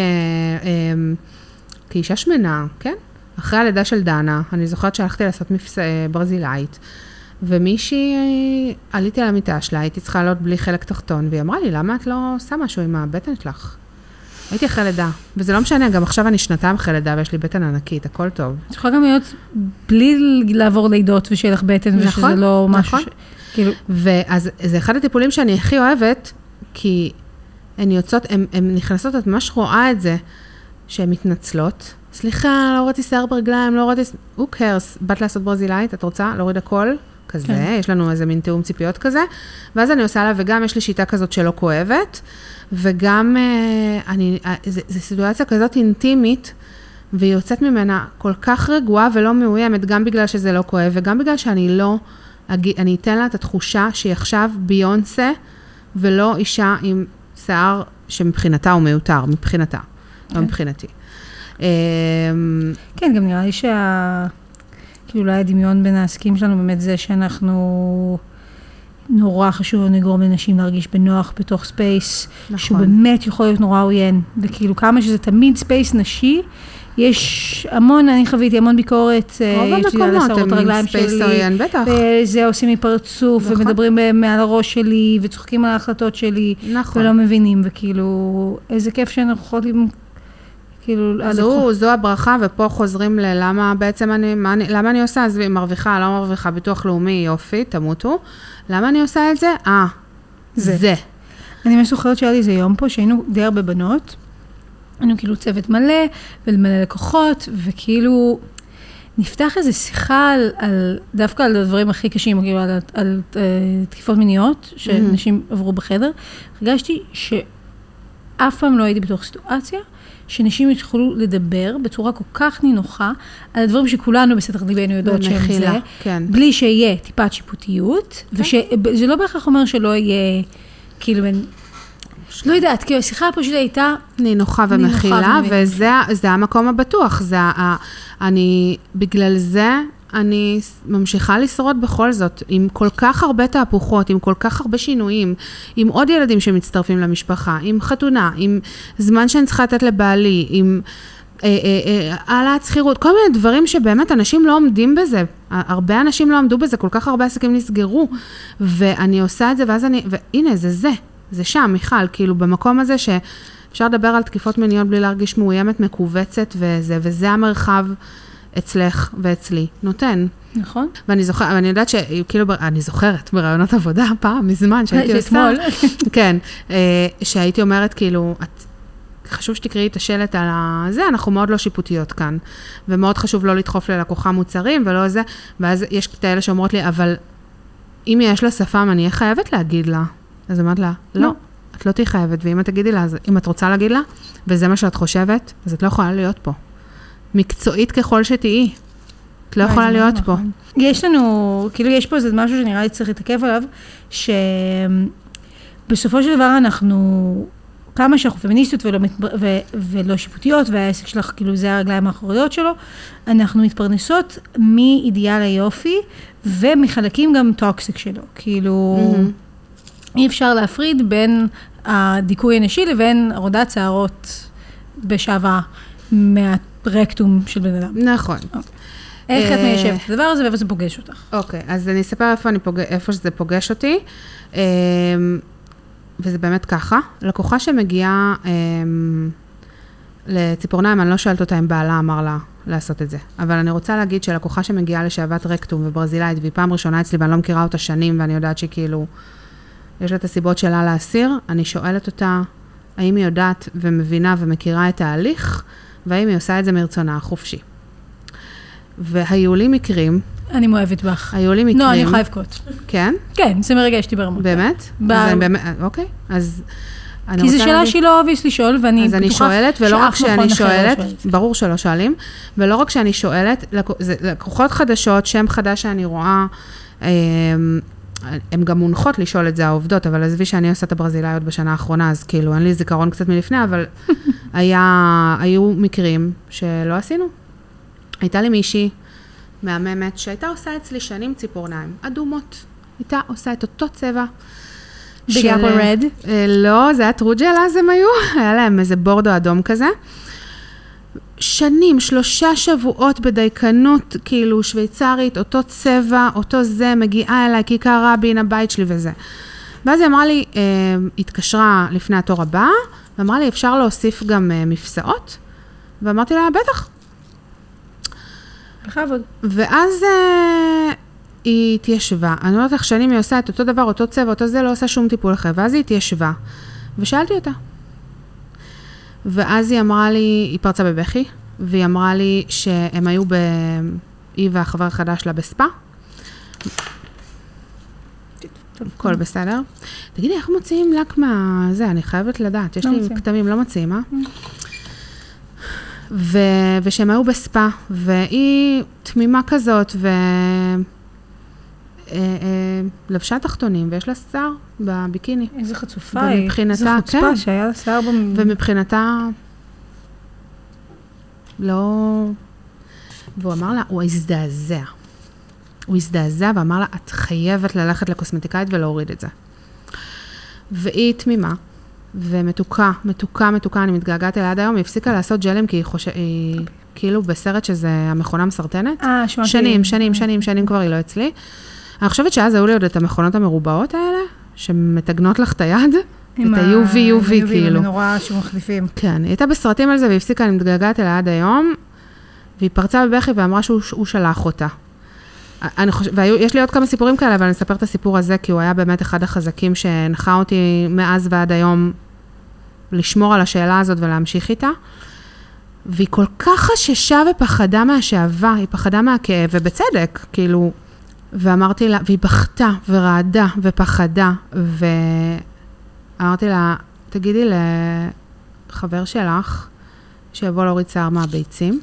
כאישה שמנה, כן? אחרי הלידה של דנה, אני זוכרת שהלכתי לעשות מפס... ברזילאית, ומישהי, עליתי על המיטה שלה, הייתי צריכה לעלות בלי חלק תחתון, והיא אמרה לי, למה את לא עושה משהו עם הבטן שלך? הייתי אחרי לידה, וזה לא משנה, גם עכשיו אני שנתיים אחרי לידה, ויש לי בטן ענקית, הכל טוב. את יכולה גם להיות בלי לעבור לידות, ושיהיה לך בטן, נכון, ושזה לא משהו נכון. ש... כאילו... ואז זה אחד הטיפולים שאני הכי אוהבת, כי הן יוצאות, הן נכנסות, את ממש רואה את זה, שהן מתנצלות, סליחה, לא ראיתי שיער ברגליים, לא ראיתי... who cares? באת לעשות ברזילאית, את רוצה להוריד הכל? כזה, כן. יש לנו איזה מין תיאום ציפיות כזה, ואז אני עושה לה, וגם יש לי שיטה כזאת שלא כואבת, וגם אני, זה, זה סיטואציה כזאת אינטימית, והיא יוצאת ממנה כל כך רגועה ולא מאוימת, גם בגלל שזה לא כואב, וגם בגלל שאני לא, אני אתן לה את התחושה שהיא עכשיו ביונסה, ולא אישה עם שיער שמבחינתה הוא מיותר, מבחינתה, כן. לא מבחינתי. כן, גם נראה לי שה... כאילו אולי הדמיון בין העסקים שלנו באמת זה שאנחנו נורא חשוב לגרום לנשים להרגיש בנוח בתוך ספייס, נכון. שהוא באמת יכול להיות נורא עוין, וכאילו כמה שזה תמיד ספייס נשי, יש המון, אני חוויתי המון ביקורת, רוב המקומות הם ספייס עוין, בטח. וזה עושים מפרצוף, נכון. ומדברים מעל הראש שלי, וצוחקים על ההחלטות שלי, נכון. ולא מבינים, וכאילו איזה כיף שאנחנו יכולים... זו, זו הברכה, ופה חוזרים ללמה בעצם אני, מה, למה אני עושה, אז מרוויחה, לא מרוויחה, ביטוח לאומי, יופי, תמותו. למה אני עושה את זה? אה, זה. זה. אני ממש זוכרת שהיה לי איזה יום פה, שהיינו די הרבה בנות, היינו כאילו צוות מלא, ולמלא לקוחות, וכאילו נפתח איזו שיחה על, על דווקא על הדברים הכי קשים, כאילו על, על, על uh, תקיפות מיניות, שנשים mm-hmm. עברו בחדר. הרגשתי שאף פעם לא הייתי בתוך סיטואציה, שנשים יוכלו לדבר בצורה כל כך נינוחה, על הדברים שכולנו בסתר ליבנו יודעות שהם זה, כן. בלי שיהיה טיפת שיפוטיות, כן. וזה לא בהכרח אומר שלא יהיה, כאילו, לא יודעת, כי השיחה פשוט הייתה נינוחה ומכילה, וזה המקום הבטוח, זה, אני, בגלל זה, אני ממשיכה לשרוד בכל זאת, עם כל כך הרבה תהפוכות, עם כל כך הרבה שינויים, עם עוד ילדים שמצטרפים למשפחה, עם חתונה, עם זמן שאני צריכה לתת לבעלי, עם העלאת שכירות, כל מיני דברים שבאמת אנשים לא עומדים בזה, הרבה אנשים לא עמדו בזה, כל כך הרבה עסקים נסגרו, ואני עושה את זה, ואז אני, והנה, זה זה, זה שם, מיכל, כאילו במקום הזה שאפשר לדבר על תקיפות מיניות בלי להרגיש מאוימת, מקובצת, וזה, וזה המרחב אצלך ואצלי, נותן. נכון. ואני זוכרת, ואני יודעת שכאילו, אני זוכרת ברעיונות עבודה פעם, מזמן, שהייתי עושה, כן, שהייתי אומרת כאילו, את, חשוב שתקראי את השלט על זה, אנחנו מאוד לא שיפוטיות כאן, ומאוד חשוב לא לדחוף ללקוחה מוצרים, ולא זה, ואז יש את האלה שאומרות לי, אבל אם יש לה שפם, אני אהיה חייבת להגיד לה. אז אמרת לה, לא, את לא תהיה חייבת, ואם את תגידי לה, אם את רוצה להגיד לה, וזה מה שאת חושבת, אז את לא יכולה להיות פה. מקצועית ככל שתהיי, את לא יכולה להיות פה. יש לנו, כאילו יש פה איזה משהו שנראה לי צריך להתעכב עליו, שבסופו של דבר אנחנו, כמה שאנחנו פמיניסטיות ולא, ו, ולא שיפוטיות, והעסק שלך, כאילו זה הרגליים האחוריות שלו, אנחנו מתפרנסות מאידיאל היופי, ומחלקים גם טוקסיק שלו. כאילו, mm-hmm. אי אפשר להפריד בין הדיכוי הנשי לבין הורדת שערות בשעבה מהרקטום של בן אדם. נכון. איך את מיישבת את הדבר הזה ואיפה זה פוגש אותך? אוקיי, אז אני אספר איפה, אני פוגש, איפה שזה פוגש אותי. וזה באמת ככה. לקוחה שמגיעה לציפורניים, אני לא שואלת אותה אם בעלה אמר לה לעשות את זה. אבל אני רוצה להגיד שלקוחה שמגיעה לשעבת רקטום וברזילאית, והיא פעם ראשונה אצלי ואני לא מכירה אותה שנים, ואני יודעת שכאילו יש לה את הסיבות שלה להסיר, אני שואלת אותה האם היא יודעת ומבינה ומכירה את ההליך, והאם היא עושה את זה מרצונה החופשי. והיו לי מקרים, אני מאוהבת בך. היו לי מקרים. לא, אני יכולה לבכות. כן? כן, זה מרגשתי ברמות. באמת? ב... אז אני באמת, אוקיי. אז אני כי זו שאלה שהיא לא אוביס לשאול, ואני אז אני שואלת, ולא רק שאני שואלת, ברור שלא שואלים, ולא רק שאני שואלת, זה לקוחות חדשות, שם חדש שאני רואה, הן גם מונחות לשאול את זה העובדות, אבל עזבי שאני עושה את הברזילאיות בשנה האחרונה, אז כאילו, אין לי זיכרון קצת מלפני, אבל היה, היו מקרים שלא עשינו. הייתה לי מישהי מהממת, שהייתה עושה אצלי שנים ציפורניים, אדומות. הייתה עושה את אותו צבע. ביג אפל רד? לא, זה היה טרוג'ל, אז הם היו. היה להם איזה בורדו אדום כזה. שנים, שלושה שבועות בדייקנות, כאילו שוויצרית, אותו צבע, אותו זה, מגיעה אליי, כיכר רבין, הבית שלי וזה. ואז היא אמרה לי, אה, התקשרה לפני התור הבא, ואמרה לי, אפשר להוסיף גם אה, מפסעות? ואמרתי לה, בטח. בכבוד. ואז אה, היא התיישבה. אני אומרת לך, שנים היא עושה את אותו דבר, אותו צבע, אותו זה, לא עושה שום טיפול אחר. ואז היא התיישבה, ושאלתי אותה. ואז היא אמרה לי, היא פרצה בבכי, והיא אמרה לי שהם היו ב... היא והחבר החדש לה בספה. הכל בסדר. תגידי, איך מוציאים לק מה... זה, אני חייבת לדעת. יש לי כתמים, לא מוציאים, אה? ו... ושהם היו בספה, והיא תמימה כזאת, ו... לבשה תחתונים, ויש לה שיער בביקיני. איזה חצופה היא. איזה חצופה שהיה לה שיער במ... ומבחינתה, לא... והוא אמר לה, הוא הזדעזע. הוא הזדעזע ואמר לה, את חייבת ללכת לקוסמטיקאית ולהוריד את זה. והיא תמימה, ומתוקה, מתוקה, מתוקה, אני מתגעגעת אליה עד היום, היא הפסיקה לעשות ג'לים, כי היא חושבת, היא כאילו בסרט שזה המכונה מסרטנת. אה, שמעתי. שנים, שנים, שנים, שנים כבר היא לא אצלי. אני חושבת שאז היו לי עוד את המכונות המרובעות האלה, שמתגנות לך את היד, את ה-יו וי יו וי כאילו. מנורה שמחליפים. כן, היא הייתה בסרטים על זה, והיא הפסיקה, אני מתגעגעת אליה עד היום, והיא פרצה בבכי ואמרה שהוא שלח אותה. אני חושב, ויש לי עוד כמה סיפורים כאלה, אבל אני אספר את הסיפור הזה, כי הוא היה באמת אחד החזקים שהנחה אותי מאז ועד היום לשמור על השאלה הזאת ולהמשיך איתה. והיא כל כך חששה ופחדה מהשאהבה, היא פחדה מהכאב, ובצדק, כאילו, ואמרתי לה, והיא בכתה ורעדה ופחדה, ואמרתי לה, תגידי לחבר שלך, שיבוא להוריד שיער מהביצים,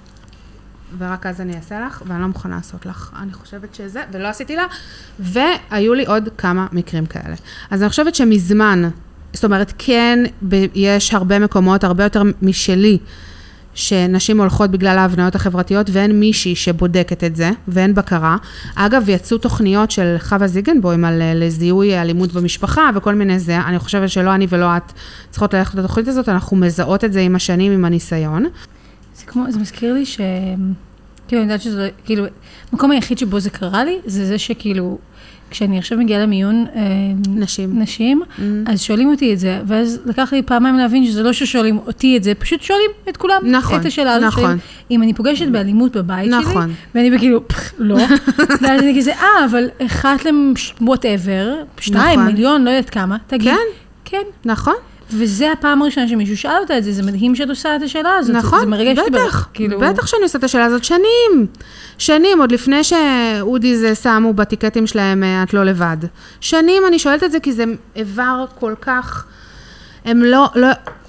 ורק אז אני אעשה לך, ואני לא מוכנה לעשות לך. אני חושבת שזה, ולא עשיתי לה, והיו לי עוד כמה מקרים כאלה. אז אני חושבת שמזמן, זאת אומרת, כן, ב- יש הרבה מקומות, הרבה יותר משלי, שנשים הולכות בגלל ההבניות החברתיות, ואין מישהי שבודקת את זה, ואין בקרה. אגב, יצאו תוכניות של חווה זיגנבוים על לזיהוי אלימות במשפחה, וכל מיני זה. אני חושבת שלא אני ולא את צריכות ללכת לתוכנית הזאת, אנחנו מזהות את זה עם השנים, עם הניסיון. זה כמו, זה מזכיר לי ש... כאילו, אני יודעת שזה, כאילו, המקום היחיד שבו זה קרה לי, זה זה שכאילו, כשאני עכשיו מגיעה למיון נשים, נשים mm. אז שואלים אותי את זה, ואז לקח לי פעמיים להבין שזה לא ששואלים אותי את זה, פשוט שואלים את כולם, נכון, את השאלה הזאת, נכון. אם אני פוגשת באלימות בבית נכון. שלי, ואני בכאילו, לא, ואז אני כזה, אה, אבל אחת להם, whatever, שתיים, נכון. מיליון, לא יודעת כמה, תגיד, כן, כן. נכון. וזה הפעם הראשונה שמישהו שאל אותה את זה, זה מדהים שאת עושה את השאלה הזאת. נכון, זה מרגש בטח, ברך, כאילו... בטח שאני עושה את השאלה הזאת שנים. שנים, עוד לפני שאודי זה שמו בטיקטים שלהם, את לא לבד. שנים אני שואלת את זה, כי זה איבר כל כך... הם לא... לא...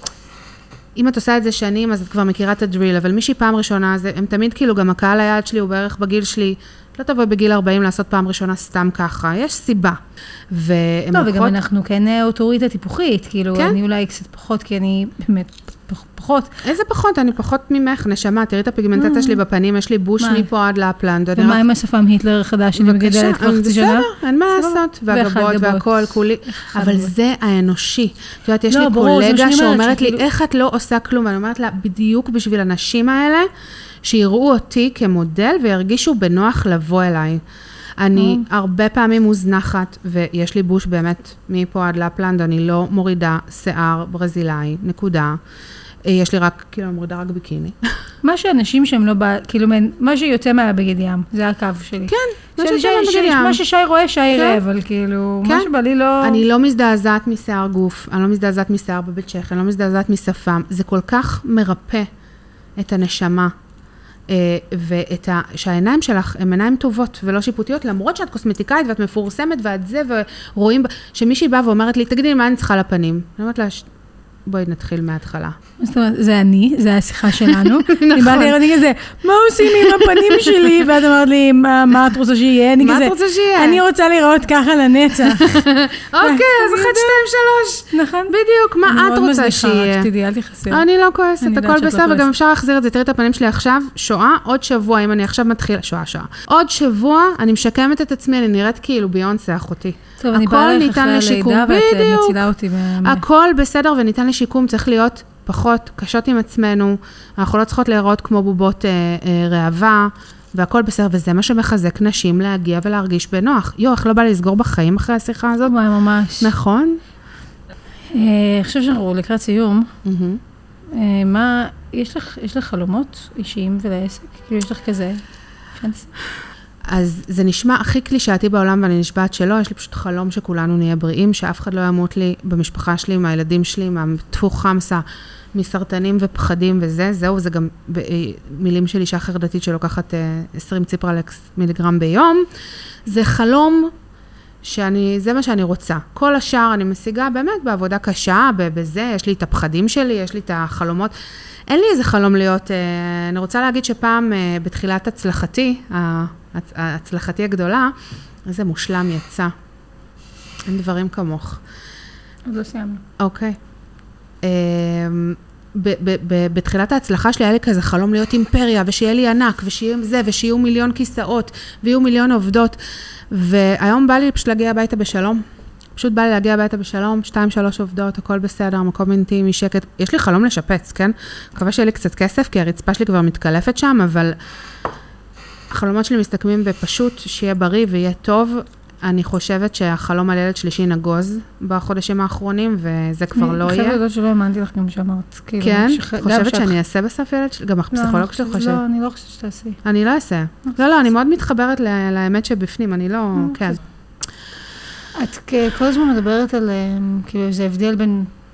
אם את עושה את זה שנים, אז את כבר מכירה את הדריל, אבל מישהי פעם ראשונה, זה, הם תמיד כאילו, גם הקהל היעד שלי הוא בערך בגיל שלי, לא תבוא בגיל ארבעים לעשות פעם ראשונה סתם ככה, יש סיבה. והם טוב, וגם הולכות... אנחנו כן אוטוריטה טיפוחית, כאילו, כן? אני אולי קצת פחות, כי אני באמת פחות. איזה פחות? אני פחות ממך, נשמה, תראי את הפיגמנטציה שלי בפנים, יש לי בוש מפה עד לפלנד. ומה עם השפם היטלר החדש שאני מגדלת כבר חצי שנה? בסדר, אין מה לעשות, והגבות והכל, כולי, אבל זה האנושי. את יודעת, יש לי קולגה שאומרת לי, איך את לא עושה כלום? ואני אומרת לה, בדיוק בשביל הנשים האלה, שיראו אותי כמודל וירגישו בנוח לבוא אליי. אני הרבה פעמים מוזנחת, ויש לי בוש באמת מפה עד לפלנד, אני לא מורידה שיער ברזילאי, נקודה. יש לי רק, כאילו, מורידה רק ביקיני. מה שאנשים שהם לא, כאילו, מה שיוצא מהבגד ים, זה הקו שלי. כן, מה שיוצא מהבגד ים. מה ששי רואה, שי יראה, אבל כאילו, מה שבא לי לא... אני לא מזדעזעת משיער גוף, אני לא מזדעזעת משיער בבית שך, אני לא מזדעזעת משפם. זה כל כך מרפא את הנשמה. ואת ה... שהעיניים שלך הן עיניים טובות ולא שיפוטיות, למרות שאת קוסמטיקאית ואת מפורסמת ואת זה, ורואים שמישהי באה ואומרת לי, תגידי לי מה אני צריכה לפנים. אני אומרת לה, בואי נתחיל מההתחלה. זאת אומרת, זה אני, זה השיחה שלנו. אני באתי לראות כזה, מה עושים עם הפנים שלי? ואת אמרת לי, מה את רוצה שיהיה? מה את רוצה שיהיה? אני רוצה לראות ככה לנצח. אוקיי, אז אחת, שתיים, שלוש. נכון. בדיוק, מה את רוצה שיהיה? אני מאוד מזניחה, רק תדעי, אל תחסר. אני לא כועסת, הכל בסדר, וגם אפשר להחזיר את זה. תראי את הפנים שלי עכשיו, שואה, עוד שבוע, אם אני עכשיו מתחילה, שואה, שואה. עוד שבוע, אני משקמת את עצמי, אני נראית כאילו ביונסה, אחותי. טוב, אני באה לך אחרי הלידה ואת מצילה אותי. הכל בסדר וניתן לשיקום, צריך להיות פחות קשות עם עצמנו, אנחנו לא צריכות להיראות כמו בובות אה, אה, רעבה, והכל בסדר, וזה מה שמחזק נשים להגיע ולהרגיש בנוח. יו, איך לא בא לסגור בחיים אחרי השיחה הזאת? וואי, ממש. נכון. אה, עכשיו שאנחנו לקראת סיום, mm-hmm. אה, מה, יש לך, יש לך חלומות אישיים ולעסק? כאילו, יש לך כזה פנסי? אז זה נשמע הכי קלישאתי בעולם, ואני נשבעת שלא, יש לי פשוט חלום שכולנו נהיה בריאים, שאף אחד לא ימות לי במשפחה שלי, מהילדים שלי, מהטפוך חמסה, מסרטנים ופחדים וזה, זהו, זה גם מילים של אישה חרדתית שלוקחת עשרים ציפרלקס מיליגרם ביום, זה חלום שאני, זה מה שאני רוצה. כל השאר אני משיגה באמת בעבודה קשה, בזה, יש לי את הפחדים שלי, יש לי את החלומות, אין לי איזה חלום להיות, אני רוצה להגיד שפעם בתחילת הצלחתי, ההצלחתי הגדולה, איזה מושלם יצא. אין דברים כמוך. עוד לא סיימנו. אוקיי. בתחילת ההצלחה שלי היה לי כזה חלום להיות אימפריה, ושיהיה לי ענק, ושיהיה זה, ושיהיו מיליון כיסאות, ויהיו מיליון עובדות, והיום בא לי פשוט להגיע הביתה בשלום. פשוט בא לי להגיע הביתה בשלום, שתיים, שלוש עובדות, הכל בסדר, מקום אינטימי, שקט. יש לי חלום לשפץ, כן? מקווה שיהיה לי קצת כסף, כי הרצפה שלי כבר מתקלפת שם, אבל החלומות שלי מסתכמים בפשוט שיהיה בריא ויהיה טוב. אני חושבת שהחלום על ילד שלישי נגוז בחודשים האחרונים, וזה כבר לא יהיה. חייבת לדעת שלא האמנתי לך גם שאמרת. כן? חושבת שאני אעשה בסוף ילד שלי? גם הפסיכולוג שאתה חושב. לא, אני לא חושבת שתעשי. אני לא אעשה. לא, לא, אני מאוד מתחברת לאמת שבפנים, אני לא, כן. את כל הזמן מדברת על, כאילו, איזה הבדל בין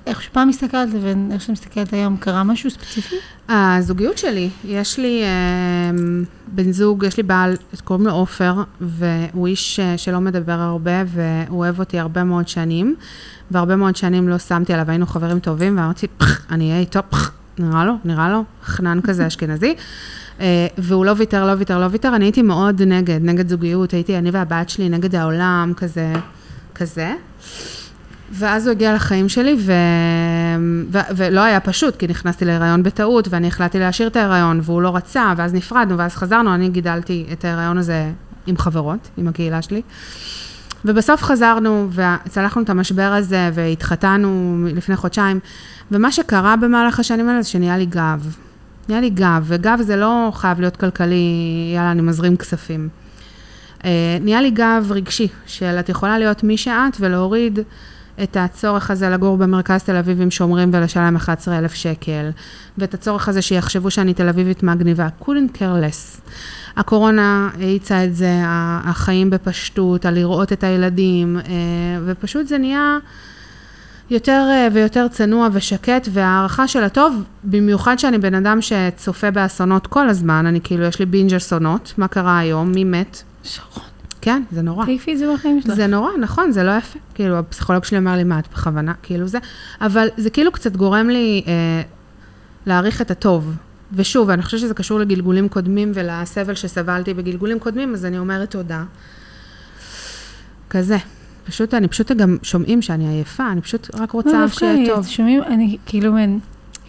איך שפעם מסתכלת לבין איך שמסתכלת היום, קרה משהו ספציפי? הזוגיות שלי, יש לי אה, בן זוג, יש לי בעל, קוראים לו עופר, והוא איש שלא מדבר הרבה, והוא אוהב אותי הרבה מאוד שנים, והרבה מאוד שנים לא שמתי עליו, היינו חברים טובים, ואמרתי, אני אהיה איתו, נראה לו, נראה לו, חנן כזה אשכנזי, והוא לא ויתר, לא ויתר, לא ויתר, אני הייתי מאוד נגד, נגד זוגיות, הייתי אני והבת שלי נגד העולם, כזה, כזה. ואז הוא הגיע לחיים שלי, ו... ו... ולא היה פשוט, כי נכנסתי להיריון בטעות, ואני החלטתי להשאיר את ההיריון, והוא לא רצה, ואז נפרדנו, ואז חזרנו, אני גידלתי את ההיריון הזה עם חברות, עם הקהילה שלי. ובסוף חזרנו, וצלחנו את המשבר הזה, והתחתנו לפני חודשיים, ומה שקרה במהלך השנים האלה, זה שנהיה לי גב. נהיה לי גב, וגב זה לא חייב להיות כלכלי, יאללה, אני מזרים כספים. נהיה לי גב רגשי, של את יכולה להיות מי שאת, ולהוריד את הצורך הזה לגור במרכז תל אביב עם שומרים ולשלם אחד עשר אלף שקל, ואת הצורך הזה שיחשבו שאני תל אביבית מגניבה, couldn't care less. הקורונה העיצה את זה, החיים בפשטות, על לראות את הילדים, ופשוט זה נהיה יותר ויותר צנוע ושקט, והערכה של הטוב, במיוחד שאני בן אדם שצופה באסונות כל הזמן, אני כאילו, יש לי בינג' אסונות, מה קרה היום, מי מת? שרון. כן, זה נורא. תעיפי את זה בחיים שלך. זה נורא, נכון, זה לא יפה. כאילו, הפסיכולוג שלי אמר לי, מה, את בכוונה? כאילו זה, אבל זה כאילו קצת גורם לי אה, להעריך את הטוב. ושוב, אני חושבת שזה קשור לגלגולים קודמים, ולסבל שסבלתי בגלגולים קודמים, אז אני אומרת תודה. כזה. פשוט, אני פשוט גם שומעים שאני עייפה, אני פשוט רק רוצה שיהיה טוב. שומעים, אני כאילו, מן...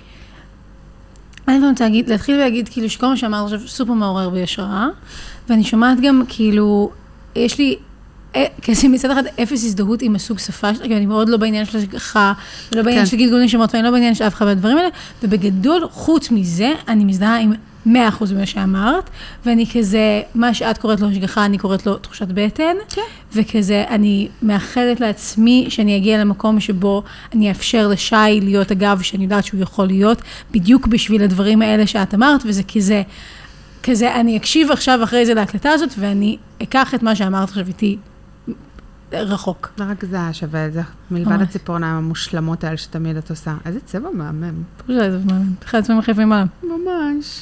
אני רוצה להגיד, להתחיל ולהגיד, כאילו, שכל מה שאמרת עכשיו סופר מעורר בישרה, ואני שומעת גם, כאילו, יש לי, כזה מצד אחד, אפס הזדהות עם הסוג שפה שלה, כי אני מאוד לא בעניין של השגחה, ולא בעניין של גלגול נשמות, ואני לא בעניין של אף אחד מהדברים האלה, ובגדול, חוץ מזה, אני מזדהה עם מאה אחוז ממה שאמרת, ואני כזה, מה שאת קוראת לו השגחה, אני קוראת לו תחושת בטן, וכזה, אני מאחלת לעצמי שאני אגיע למקום שבו אני אאפשר לשי להיות הגב, שאני יודעת שהוא יכול להיות, בדיוק בשביל הדברים האלה שאת אמרת, וזה כזה, כזה, אני אקשיב עכשיו אחרי זה להקלטה הזאת, ואני אקח את מה שאמרת עכשיו איתי רחוק. רק זה שווה את זה, מלבד הציפורניים המושלמות האלה שתמיד את עושה. איזה צבע מהמם. פשוט זה מהמם. אחד עצמם חיפים עליו. ממש.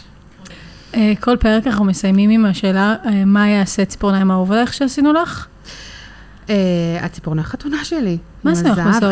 כל פרק אנחנו מסיימים עם השאלה, מה יעשה ציפורניים האהוב עליך שעשינו לך? הציפורניים החתונה שלי. מה עשינו לך בסוף?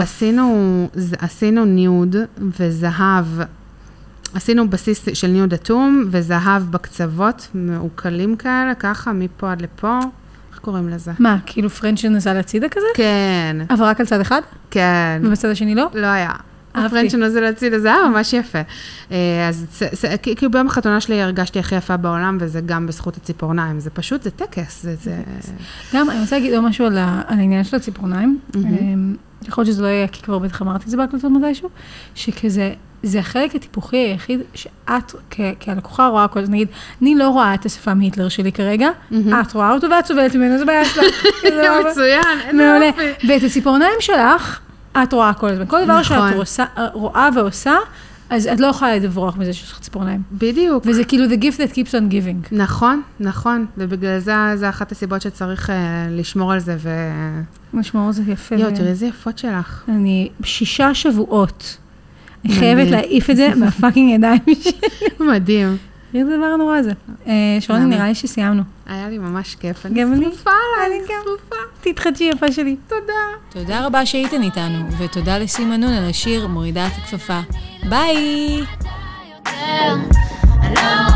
עשינו ניוד וזהב, עשינו בסיס של ניוד אטום, וזהב בקצוות מעוקלים כאלה, ככה, מפה עד לפה. איך קוראים לזה? מה, כאילו פרנץ' שנסע לצידה כזה? כן. אבל רק על צד אחד? כן. ובצד השני לא? לא היה. הפרנץ' שנוסע לצידה, זה היה ממש יפה. אז כאילו ביום החתונה שלי הרגשתי הכי יפה בעולם, וזה גם בזכות הציפורניים. זה פשוט, זה טקס. גם, אני רוצה להגיד עוד משהו על העניין של הציפורניים. יכול להיות שזה לא יהיה, כי כבר בטח אמרתי את זה בהקלטות מתישהו, שכזה, זה החלק הטיפוחי היחיד שאת, כהלקוחה רואה כל זה, נגיד, אני לא רואה את השפה מהיטלר שלי כרגע, את רואה אותו ואת סובלת ממנו, זה בעיה שלך. מצוין, אין אופי. ואת הציפורניים שלך, את רואה כל הזמן. כל דבר שאת רואה ועושה, אז את לא יכולה לברוח מזה שיש לך ציפורניים. בדיוק. וזה כאילו the gift that keeps on giving. נכון, נכון. ובגלל זה, זה אחת הסיבות שצריך לשמור על זה ו... לשמור על זה יפה. יו, תראי איזה יפות שלך. אני שישה שבועות. אני חייבת להעיף את זה מהפאקינג ידיים שלי. מדהים. תראי את הדבר הנורא הזה. שרוני, נראה לי שסיימנו. היה לי ממש כיף. גם אני. שרופה, אני שרופה. תתחדשי יפה שלי. תודה. תודה רבה שהייתן איתנו, ותודה לסימנון על השיר מורידה את הכפפה. ביי!